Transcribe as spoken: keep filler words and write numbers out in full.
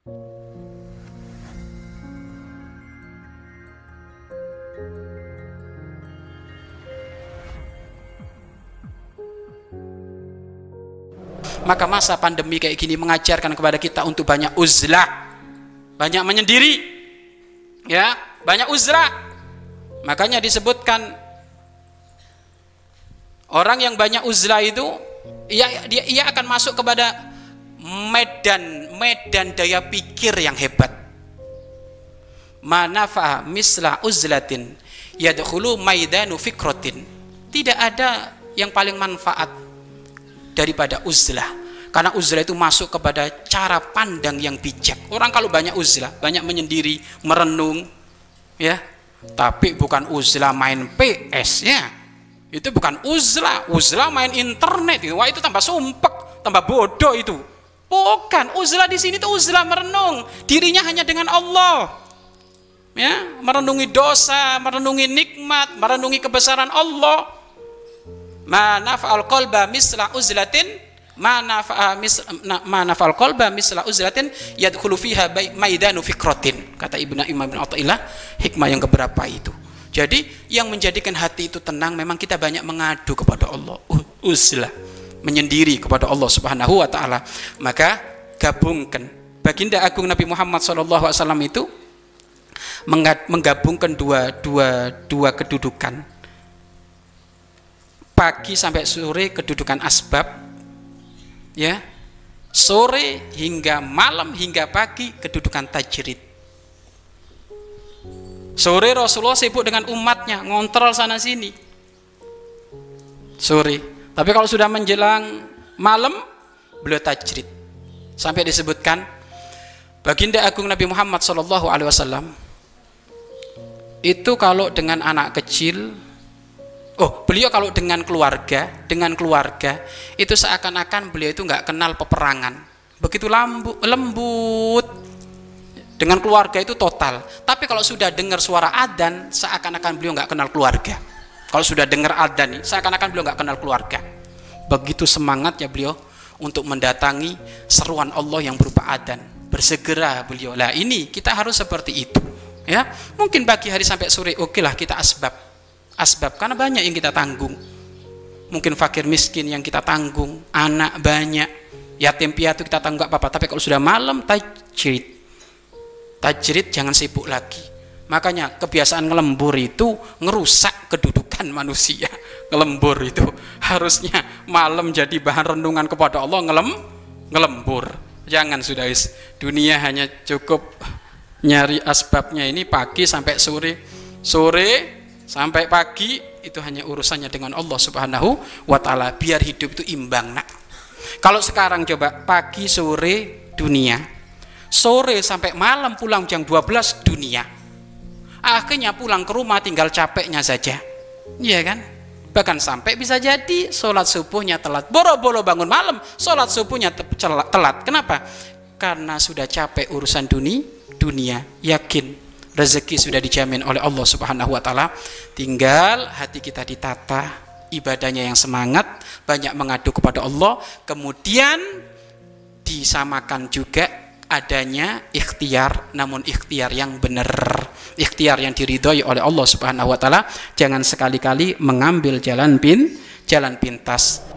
Maka masa pandemi kayak gini mengajarkan kepada kita untuk banyak uzlah, banyak menyendiri, ya, banyak uzlah. Makanya disebutkan orang yang banyak uzlah itu, ia, dia, ia akan masuk kepada medan medan daya pikir yang hebat. Manafa misla uzlatin yadkhulu maidanu fikratin. Tidak ada yang paling manfaat daripada uzlah, karena uzlah itu masuk kepada cara pandang yang bijak. Orang kalau banyak uzlah, banyak menyendiri, merenung, ya, tapi bukan uzlah main P S, ya, itu bukan uzlah. Uzlah main internet, wah itu tambah sumpek, tambah bodoh itu. Bukan, uzlah di sini tuh uzlah merenung dirinya hanya dengan Allah, ya, merenungi dosa, merenungi nikmat, merenungi kebesaran Allah. Ma nafa'al qalba misla uzlatin ma nafa'a ma nafa'al qalba misla uzlatin yadkhulu fiha maidanu fikratin, kata Ibnu Imam bin Athaillah, hikmah yang keberapa itu. Jadi yang menjadikan hati itu tenang memang kita banyak mengadu kepada Allah, uzlah, menyendiri kepada Allah Subhanahu wa taala. Maka gabungkan, baginda agung Nabi Muhammad sallallahu alaihi wasallam itu menggabungkan dua dua dua kedudukan. Pagi sampai sore kedudukan asbab, ya, sore hingga malam hingga pagi kedudukan tajrid. Sore Rasulullah sibuk dengan umatnya, ngontrol sana sini sore, tapi kalau sudah menjelang malam beliau tajrid. Sampai disebutkan baginda agung Nabi Muhammad sallallahu alaihi wasallam itu kalau dengan anak kecil, oh, beliau kalau dengan keluarga, dengan keluarga itu seakan-akan beliau itu nggak kenal peperangan, begitu lambu, lembut. Dengan keluarga itu total. Tapi kalau sudah dengar suara adzan, seakan-akan beliau nggak kenal keluarga. Kalau sudah dengar adzan nih, seakan-akan beliau nggak kenal keluarga. Begitu semangatnya beliau untuk mendatangi seruan Allah yang berupa adzan. Bersegera beliau. Lah ini kita harus seperti itu, ya. Mungkin pagi hari sampai sore, oke lah kita asbab. Asbab karena banyak yang kita tanggung. Mungkin fakir miskin yang kita tanggung, anak banyak, yatim piatu kita tanggung, gak apa-apa. Tapi kalau sudah malam tajrid, tajrid jangan sibuk lagi. Makanya kebiasaan ngelembur itu ngerusak kedudukan manusia. Ngelembur itu harusnya malam jadi bahan renungan kepada Allah, ngelem ngelembur. Jangan sudah is. Dunia hanya cukup nyari asbabnya ini pagi sampai sore, sore sampai pagi itu hanya urusannya dengan Allah Subhanahu wa taala. Biar hidup itu imbang, nak. Kalau sekarang coba pagi sore dunia, sore sampai malam pulang jam dua belas dunia. Akhirnya pulang ke rumah tinggal capeknya saja. Iya kan? Bahkan sampai bisa jadi sholat subuhnya telat. Boro-boro bangun malam, sholat subuhnya telat. Kenapa? Karena sudah capek urusan dunia, dunia. Yakin rezeki sudah dijamin oleh Allah Subhanahu wa taala. Tinggal hati kita ditata, ibadahnya yang semangat, banyak mengadu kepada Allah, kemudian disamakan juga adanya ikhtiar, namun ikhtiar yang benar, ikhtiar yang diridhoi oleh Allah Subhanahu wa taala. Jangan sekali-kali mengambil jalan pin jalan pintas.